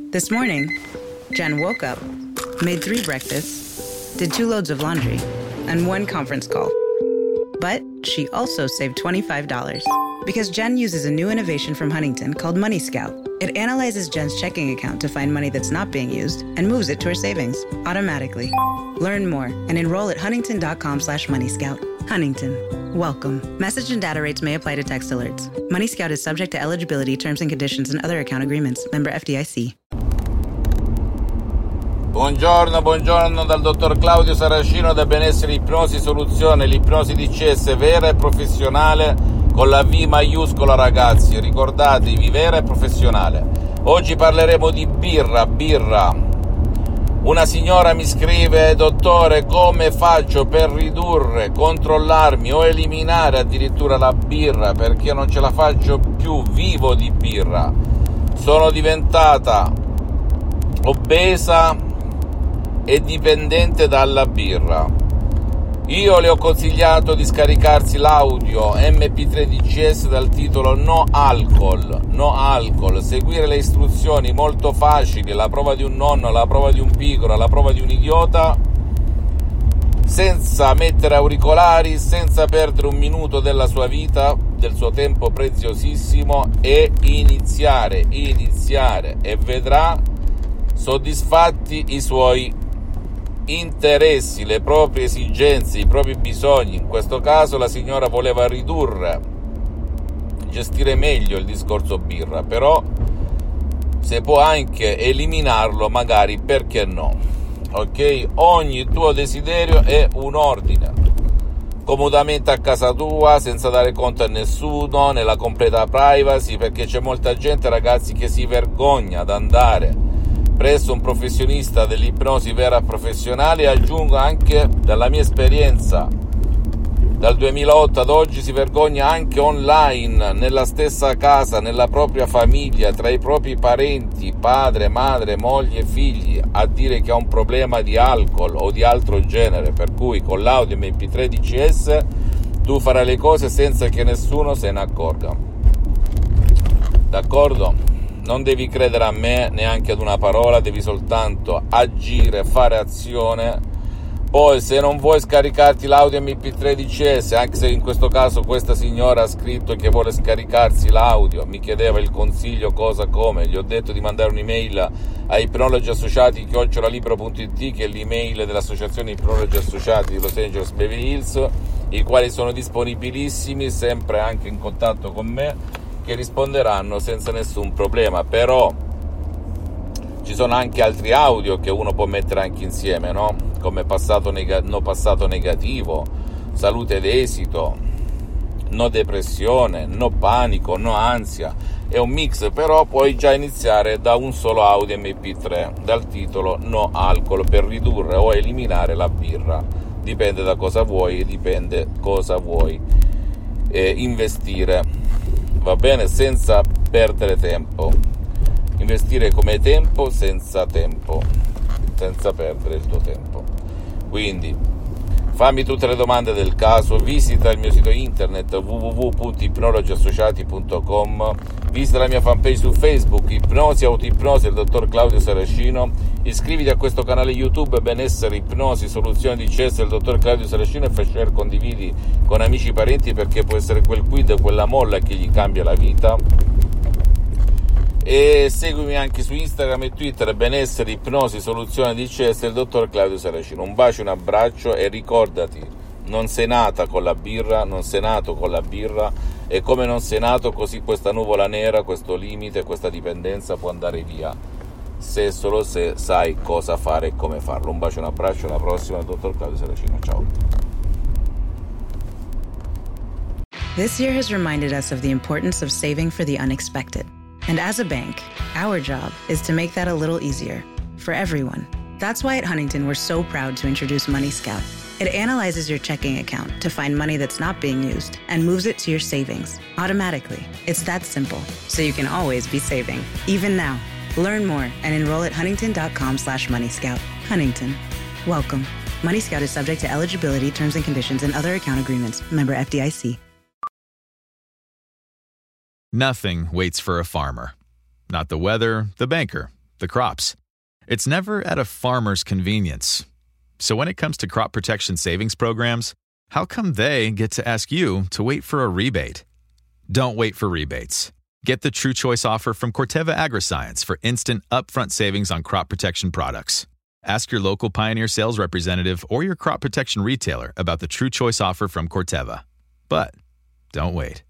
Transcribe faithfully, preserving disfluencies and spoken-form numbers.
This morning, Jen woke up, made three breakfasts, did two loads of laundry, and one conference call. But she also saved twenty-five dollars because Jen uses a new innovation from Huntington called Money Scout. It analyzes Jen's checking account to find money that's not being used and moves it to her savings automatically. Learn more and enroll at huntington.com slash money scout. Huntington. Welcome. Message and data rates may apply to text alerts. Money Scout is subject to eligibility, terms and conditions, and other account agreements. Member F D I C. Buongiorno, buongiorno dal dottor Claudio Saracino da Benessere Ipnosi Soluzione, l'ipnosi D C S vera e professionale con la V maiuscola, ragazzi, ricordatevi, vera e professionale. Oggi parleremo di birra, birra. Una signora mi scrive: dottore, come faccio per ridurre, controllarmi o eliminare addirittura la birra, perché non ce la faccio più, vivo di birra, sono diventata obesa e dipendente dalla birra. Io le ho consigliato di scaricarsi l'audio M P tre D C S dal titolo No Alcol, No Alcol, seguire le istruzioni molto facili, la prova di un nonno, la prova di un piccolo, la prova di un idiota, senza mettere auricolari, senza perdere un minuto della sua vita, del suo tempo preziosissimo, e iniziare, iniziare, e vedrà soddisfatti i suoi interessi, le proprie esigenze, i propri bisogni. In questo caso la signora voleva ridurre, gestire meglio il discorso birra, però se può anche eliminarlo, magari, perché no? Ok? Ogni tuo desiderio è un ordine, comodamente a casa tua, senza dare conto a nessuno, nella completa privacy, perché c'è molta gente, ragazzi, che si vergogna ad andare presso un professionista dell'ipnosi vera professionale, e aggiungo anche dalla mia esperienza dal duemilaotto ad oggi, si vergogna anche online, nella stessa casa, nella propria famiglia, tra i propri parenti, padre, madre, moglie, figli, a dire che ha un problema di alcol o di altro genere. Per cui con l'audio M P tre D C S tu farai le cose senza che nessuno se ne accorga, d'accordo? Non devi credere a me, neanche ad una parola, devi soltanto agire, fare azione. Poi, se non vuoi scaricarti l'audio M P tre D C S, anche se in questo caso questa signora ha scritto che vuole scaricarsi l'audio, mi chiedeva il consiglio cosa, come, gli ho detto di mandare un'email a ipnologi associati chiocciola libero punto it, che è l'email dell'associazione ipnologi associati di Los Angeles Beverly Hills, i quali sono disponibilissimi, sempre anche in contatto con me, che risponderanno senza nessun problema. Però ci sono anche altri audio che uno può mettere anche insieme, no? Come passato neg- no passato negativo, salute ed esito, no depressione, no panico, no ansia. È un mix, però puoi già iniziare da un solo audio M P tre dal titolo No Alcol, per ridurre o eliminare la birra. Dipende da cosa vuoi e dipende cosa vuoi eh, investire. Va bene? Senza perdere tempo, investire come tempo senza tempo, senza perdere il tuo tempo. Quindi fammi tutte le domande del caso, visita il mio sito internet w w w punto ipnologi associati punto com, visita la mia fanpage su Facebook Ipnosi Autoipnosi del dottor Claudio Saracino, iscriviti a questo canale YouTube Benessere Ipnosi Soluzione D C S del dottor Claudio Saracino e fai share, condividi con amici e parenti, perché può essere quel quid, quella molla che gli cambia la vita. E seguimi anche su Instagram e Twitter Benessere Ipnosi Soluzione D C S del dottor Claudio Saracino. Un bacio, un abbraccio, e ricordati, non sei nata con la birra, non sei nato con la birra, e come non sei nato così questa nuvola nera, questo limite, questa dipendenza può andare via, se solo se sai cosa fare e come farlo. Un bacio, un abbraccio, alla prossima, dottor Claudio Saracino, ciao. This year has reminded us of the importance of saving for the unexpected. And as a bank, our job is to make that a little easier for everyone. That's why at Huntington, we're so proud to introduce Money Scout. It analyzes your checking account to find money that's not being used and moves it to your savings automatically. It's that simple, so you can always be saving, even now. Learn more and enroll at huntington.com slash money scout. Huntington. Welcome. Money Scout is subject to eligibility, terms and conditions, and other account agreements. Member F D I C. Nothing waits for a farmer. Not the weather, the banker, the crops. It's never at a farmer's convenience. So when it comes to crop protection savings programs, how come they get to ask you to wait for a rebate? Don't wait for rebates. Get the True Choice offer from Corteva Agriscience for instant upfront savings on crop protection products. Ask your local Pioneer sales representative or your crop protection retailer about the True Choice offer from Corteva. But don't wait.